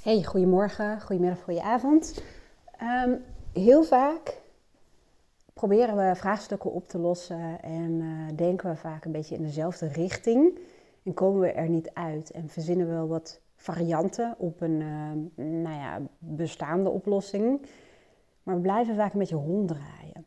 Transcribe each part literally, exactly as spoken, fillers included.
Hey, goedemorgen, goedemiddag, goedenavond. Um, heel vaak proberen we vraagstukken op te lossen en uh, denken we vaak een beetje in dezelfde richting en komen we er niet uit en verzinnen we wel wat varianten op een uh, nou ja, bestaande oplossing, maar we blijven vaak een beetje ronddraaien.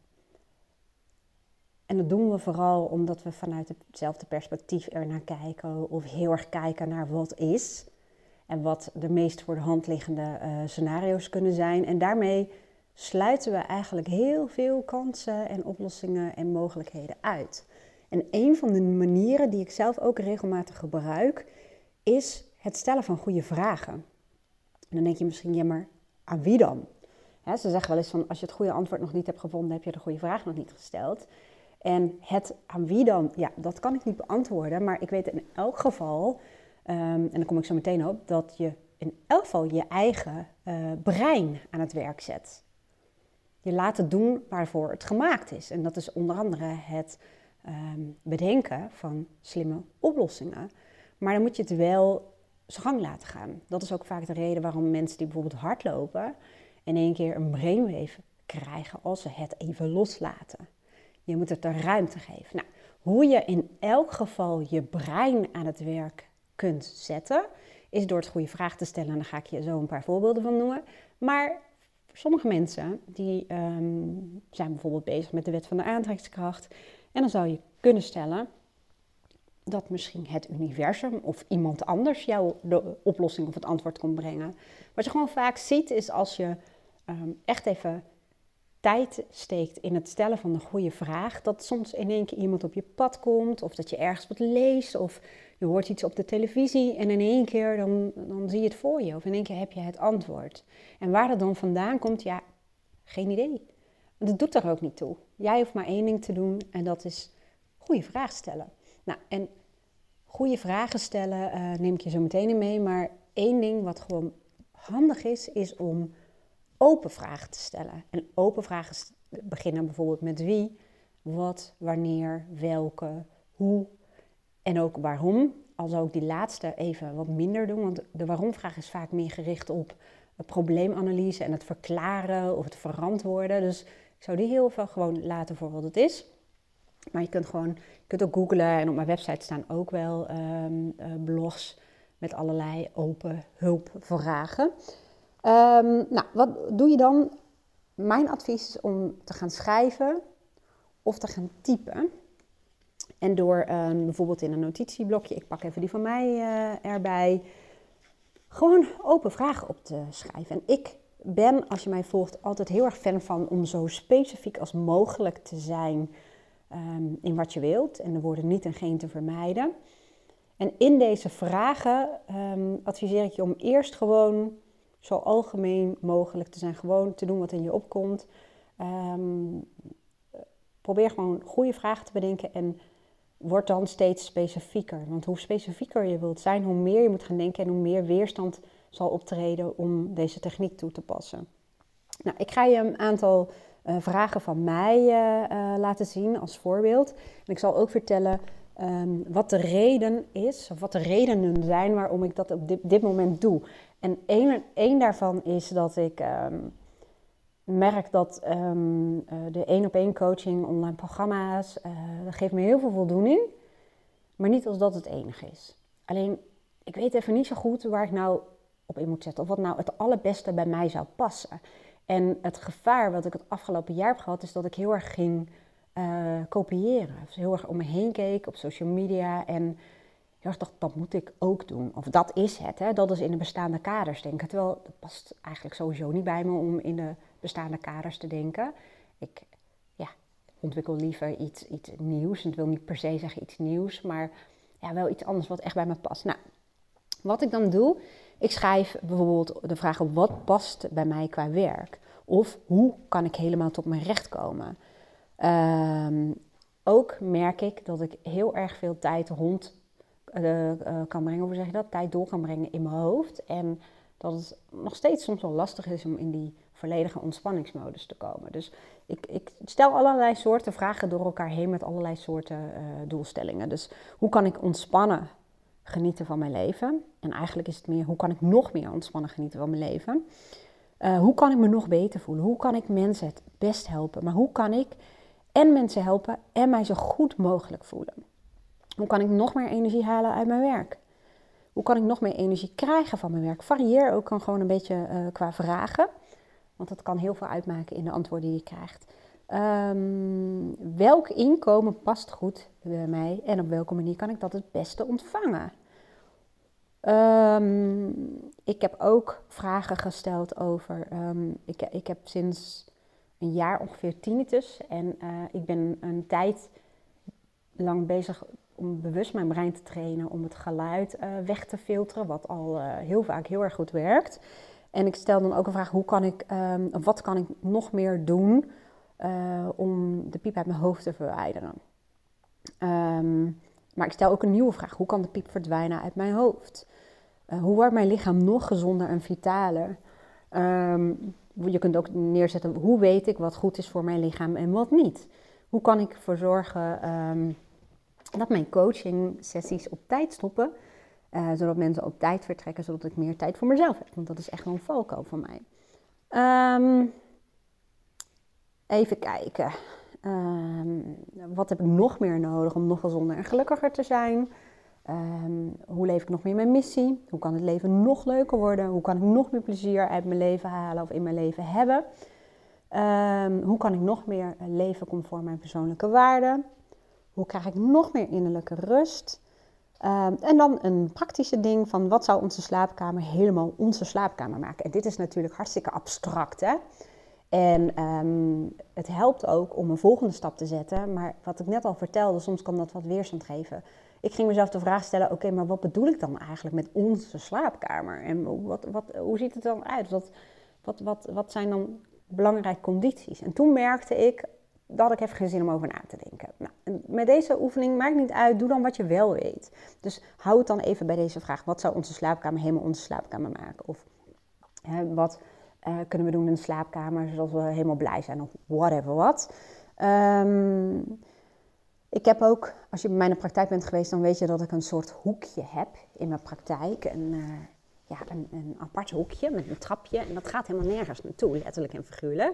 En dat doen we vooral omdat we vanuit hetzelfde perspectief er naar kijken of heel erg kijken naar wat is. En wat de meest voor de hand liggende uh, scenario's kunnen zijn. En daarmee sluiten we eigenlijk heel veel kansen en oplossingen en mogelijkheden uit. En een van de manieren die ik zelf ook regelmatig gebruik, is het stellen van goede vragen. En dan denk je misschien, ja maar aan wie dan? He, ze zeggen wel eens van, als je het goede antwoord nog niet hebt gevonden, heb je de goede vraag nog niet gesteld. En het aan wie dan, ja, dat kan ik niet beantwoorden, maar ik weet in elk geval... Um, en dan kom ik zo meteen op, dat je in elk geval je eigen uh, brein aan het werk zet. Je laat het doen waarvoor het gemaakt is. En dat is onder andere het um, bedenken van slimme oplossingen. Maar dan moet je het wel zijn gang laten gaan. Dat is ook vaak de reden waarom mensen die bijvoorbeeld hardlopen in één keer een brainwave krijgen als ze het even loslaten. Je moet het de ruimte geven. Nou, hoe je in elk geval je brein aan het werk kunt zetten, is door het goede vraag te stellen. En daar ga ik je zo een paar voorbeelden van noemen. Maar sommige mensen die um, zijn bijvoorbeeld bezig met de wet van de aantrekkingskracht. En dan zou je kunnen stellen dat misschien het universum of iemand anders jou de oplossing of het antwoord kon brengen. Wat je gewoon vaak ziet is als je um, echt even tijd steekt in het stellen van de goede vraag, dat soms in één keer iemand op je pad komt, of dat je ergens wat leest, of je hoort iets op de televisie en in één keer dan, dan zie je het voor je, of in één keer heb je het antwoord. En waar dat dan vandaan komt, ja, geen idee. Dat doet er ook niet toe. Jij hoeft maar één ding te doen en dat is goede vragen stellen. Nou, en goede vragen stellen uh, neem ik je zo meteen in mee, maar één ding wat gewoon handig is, is om open vragen te stellen. En open vragen beginnen bijvoorbeeld met wie, wat, wanneer, welke, hoe en ook waarom. Al zou ik die laatste even wat minder doen, want de waarom-vraag is vaak meer gericht op het probleemanalyse en het verklaren of het verantwoorden. Dus ik zou die heel veel gewoon laten voor wat het is. Maar je kunt gewoon, je kunt ook googlen en op mijn website staan ook wel um, uh, blogs met allerlei open hulpvragen. Um, nou, wat doe je dan? Mijn advies is om te gaan schrijven of te gaan typen. En door um, bijvoorbeeld in een notitieblokje, ik pak even die van mij uh, erbij, gewoon open vragen op te schrijven. En ik ben, als je mij volgt, altijd heel erg fan van om zo specifiek als mogelijk te zijn um, in wat je wilt. En de woorden niet en geen te vermijden. En in deze vragen um, adviseer ik je om eerst gewoon zo algemeen mogelijk te zijn. Gewoon te doen wat in je opkomt. Um, probeer gewoon goede vragen te bedenken en word dan steeds specifieker. Want hoe specifieker je wilt zijn, hoe meer je moet gaan denken en hoe meer weerstand zal optreden om deze techniek toe te passen. Nou, ik ga je een aantal uh, vragen van mij uh, uh, laten zien als voorbeeld. En ik zal ook vertellen um, wat de reden is, of wat de redenen zijn waarom ik dat op dit, dit moment doe. En één, één daarvan is dat ik um, merk dat um, uh, de één-op-één coaching, online programma's, uh, dat geeft me heel veel voldoening. Maar niet als dat het enige is. Alleen, ik weet even niet zo goed waar ik nou op in moet zetten. Of wat nou het allerbeste bij mij zou passen. En het gevaar wat ik het afgelopen jaar heb gehad, is dat ik heel erg ging uh, kopiëren. Dus heel erg om me heen keek op social media en heel erg dacht, dat moet ik ook doen. Of dat is het, hè? Dat is in de bestaande kaders denken. Terwijl, dat past eigenlijk sowieso niet bij me om in de bestaande kaders te denken. Ik ja, ontwikkel liever iets, iets nieuws. En het wil niet per se zeggen iets nieuws, maar ja, wel iets anders wat echt bij me past. Nou, wat ik dan doe, ik schrijf bijvoorbeeld de vraag op wat past bij mij qua werk. Of hoe kan ik helemaal tot mijn recht komen. Um, ook merk ik dat ik heel erg veel tijd rond uh, uh, kan brengen, hoe zeg je dat? Tijd door kan brengen in mijn hoofd. En dat het nog steeds soms wel lastig is om in die volledige ontspanningsmodus te komen. Dus ik, ik stel allerlei soorten vragen door elkaar heen met allerlei soorten uh, doelstellingen. Dus hoe kan ik ontspannen genieten van mijn leven. En eigenlijk is het meer, hoe kan ik nog meer ontspannen genieten van mijn leven? Uh, hoe kan ik me nog beter voelen? Hoe kan ik mensen het best helpen? Maar hoe kan ik en mensen helpen en mij zo goed mogelijk voelen? Hoe kan ik nog meer energie halen uit mijn werk? Hoe kan ik nog meer energie krijgen van mijn werk? Varieer ook gewoon een beetje uh, qua vragen. Want dat kan heel veel uitmaken in de antwoorden die je krijgt. Um, welk inkomen past goed bij mij en op welke manier kan ik dat het beste ontvangen? Um, ik heb ook vragen gesteld over, um, ik, ik heb sinds een jaar ongeveer tinnitus en uh, ik ben een tijd lang bezig om bewust mijn brein te trainen om het geluid uh, weg te filteren, wat al uh, heel vaak heel erg goed werkt. En ik stel dan ook een vraag, hoe kan ik, um, wat kan ik nog meer doen uh, om de piep uit mijn hoofd te verwijderen? Um, maar ik stel ook een nieuwe vraag, hoe kan de piep verdwijnen uit mijn hoofd? Uh, hoe wordt mijn lichaam nog gezonder en vitaler? Um, je kunt ook neerzetten, hoe weet ik wat goed is voor mijn lichaam en wat niet? Hoe kan ik ervoor zorgen um, dat mijn coaching sessies op tijd stoppen? Uh, zodat mensen op tijd vertrekken, zodat ik meer tijd voor mezelf heb. Want dat is echt wel een valkuil van mij. Um, even kijken. Um, wat heb ik nog meer nodig om nog gezonder en gelukkiger te zijn? Um, hoe leef ik nog meer mijn missie? Hoe kan het leven nog leuker worden? Hoe kan ik nog meer plezier uit mijn leven halen of in mijn leven hebben? Um, hoe kan ik nog meer leven conform mijn persoonlijke waarden? Hoe krijg ik nog meer innerlijke rust? Um, en dan een praktische ding van wat zou onze slaapkamer helemaal onze slaapkamer maken? En dit is natuurlijk hartstikke abstract, hè? En um, het helpt ook om een volgende stap te zetten. Maar wat ik net al vertelde, soms kan dat wat weerstand geven. Ik ging mezelf de vraag stellen, oké, okay, maar wat bedoel ik dan eigenlijk met onze slaapkamer? En wat, wat, hoe ziet het dan uit? Wat, wat, wat, wat zijn dan belangrijke condities? En toen merkte ik, dat had ik even geen zin om over na te denken. Nou, en met deze oefening, maakt niet uit, doe dan wat je wel weet. Dus hou het dan even bij deze vraag. Wat zou onze slaapkamer helemaal onze slaapkamer maken? Of hè, wat uh, kunnen we doen in de slaapkamer, zodat we helemaal blij zijn of whatever wat. Um, ik heb ook, als je bij mij in de praktijk bent geweest, dan weet je dat ik een soort hoekje heb in mijn praktijk. Een, uh, ja, een, een apart hoekje met een trapje. En dat gaat helemaal nergens naartoe, letterlijk en figuurlijk.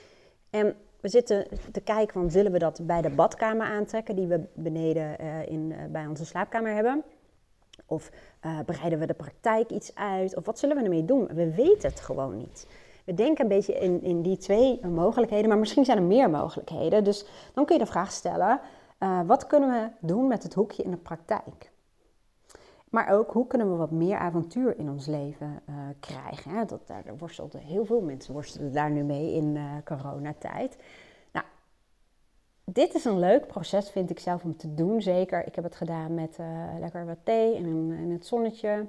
En we zitten te kijken van, zullen we dat bij de badkamer aantrekken die we beneden uh, in, uh, bij onze slaapkamer hebben? Of uh, breiden we de praktijk iets uit? Of wat zullen we ermee doen? We weten het gewoon niet. We denken een beetje in, in die twee mogelijkheden, maar misschien zijn er meer mogelijkheden. Dus dan kun je de vraag stellen, uh, wat kunnen we doen met het hoekje in de praktijk? Maar ook, hoe kunnen we wat meer avontuur in ons leven uh, krijgen? Hè? Dat, daar worstelden heel veel mensen worstelen daar nu mee in uh, coronatijd. Nou, dit is een leuk proces, vind ik zelf, om te doen. Zeker, ik heb het gedaan met uh, lekker wat thee en in, in het zonnetje.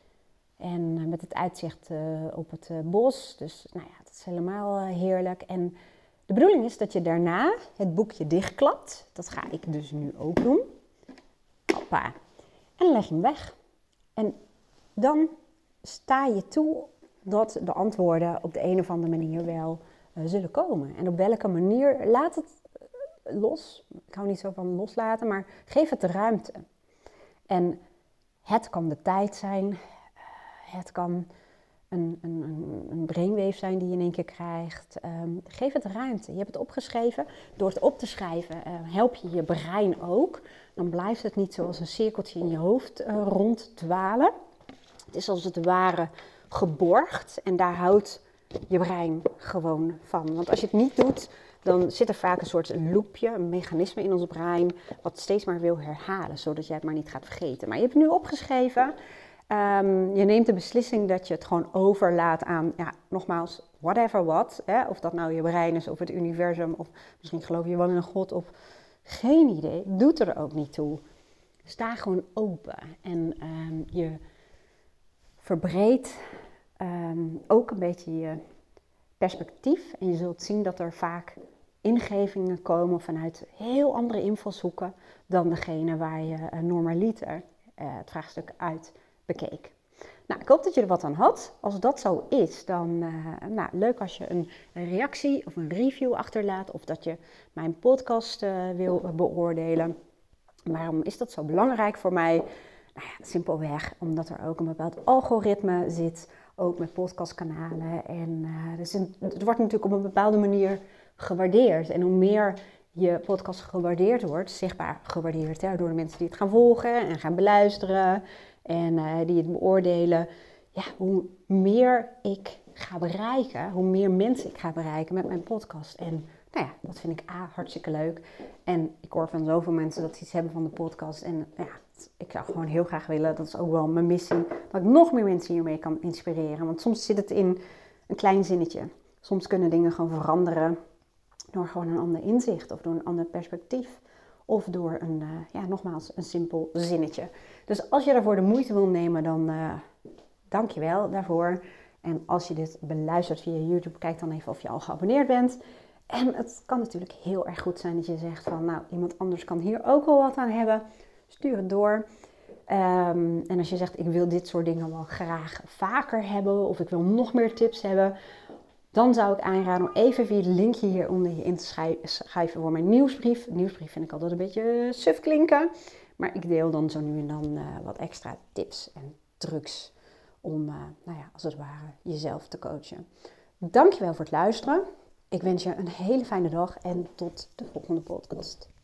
En uh, met het uitzicht uh, op het uh, bos. Dus nou ja, dat is helemaal uh, heerlijk. En de bedoeling is dat je daarna het boekje dichtklapt. Dat ga ik dus nu ook doen. Hoppa. En dan leg je hem weg. En dan sta je toe dat de antwoorden op de een of andere manier wel uh, zullen komen. En op welke manier, laat het uh, los. Ik hou niet zo van loslaten, maar geef het de ruimte. En het kan de tijd zijn. Uh, het kan een, een, een, een brainwave zijn die je in één keer krijgt. Um, geef het ruimte. Je hebt het opgeschreven. Door het op te schrijven uh, help je je brein ook. Dan blijft het niet zoals een cirkeltje in je hoofd uh, ronddwalen. Het is als het ware geborgd en daar houdt je brein gewoon van. Want als je het niet doet, dan zit er vaak een soort loopje, een mechanisme in ons brein, wat steeds maar wil herhalen, zodat jij het maar niet gaat vergeten. Maar je hebt het nu opgeschreven. Um, je neemt de beslissing dat je het gewoon overlaat aan, ja, nogmaals, whatever what. Hè? Of dat nou je brein is of het universum, of misschien geloof je wel in een god, of geen idee. Doet er ook niet toe. Sta gewoon open en um, je verbreedt um, ook een beetje je perspectief. En je zult zien dat er vaak ingevingen komen vanuit heel andere invalshoeken dan degene waar je uh, normaliter uh, het vraagstuk uit bekeek. Nou, ik hoop dat je er wat aan had. Als dat zo is, dan uh, nou, leuk als je een reactie of een review achterlaat. Of dat je mijn podcast uh, wil beoordelen. Waarom is dat zo belangrijk voor mij? Nou ja, simpelweg omdat er ook een bepaald algoritme zit, ook met podcastkanalen. En uh, dus een, het wordt natuurlijk op een bepaalde manier gewaardeerd. En hoe meer je podcast gewaardeerd wordt, zichtbaar gewaardeerd hè, door de mensen die het gaan volgen en gaan beluisteren en uh, die het beoordelen. Ja, hoe meer ik ga bereiken, hoe meer mensen ik ga bereiken met mijn podcast. En nou ja, dat vind ik A, hartstikke leuk. En ik hoor van zoveel mensen dat ze iets hebben van de podcast. En ja, ik zou gewoon heel graag willen, dat is ook wel mijn missie, dat ik nog meer mensen hiermee kan inspireren. Want soms zit het in een klein zinnetje. Soms kunnen dingen gewoon veranderen door gewoon een ander inzicht of door een ander perspectief. Of door een, uh, ja, nogmaals, een simpel zinnetje. Dus als je daarvoor de moeite wil nemen, dan uh, dank je wel daarvoor. En als je dit beluistert via YouTube, kijk dan even of je al geabonneerd bent. En het kan natuurlijk heel erg goed zijn dat je zegt van, nou, iemand anders kan hier ook wel wat aan hebben. Stuur het door. Um, en als je zegt, ik wil dit soort dingen wel graag vaker hebben, of ik wil nog meer tips hebben, dan zou ik aanraden om even via het linkje hieronder je in te schrijven voor mijn nieuwsbrief. Een nieuwsbrief vind ik altijd een beetje suf klinken. Maar ik deel dan zo nu en dan uh, wat extra tips en trucs om, uh, nou ja, als het ware, jezelf te coachen. Dankjewel voor het luisteren. Ik wens je een hele fijne dag en tot de volgende podcast.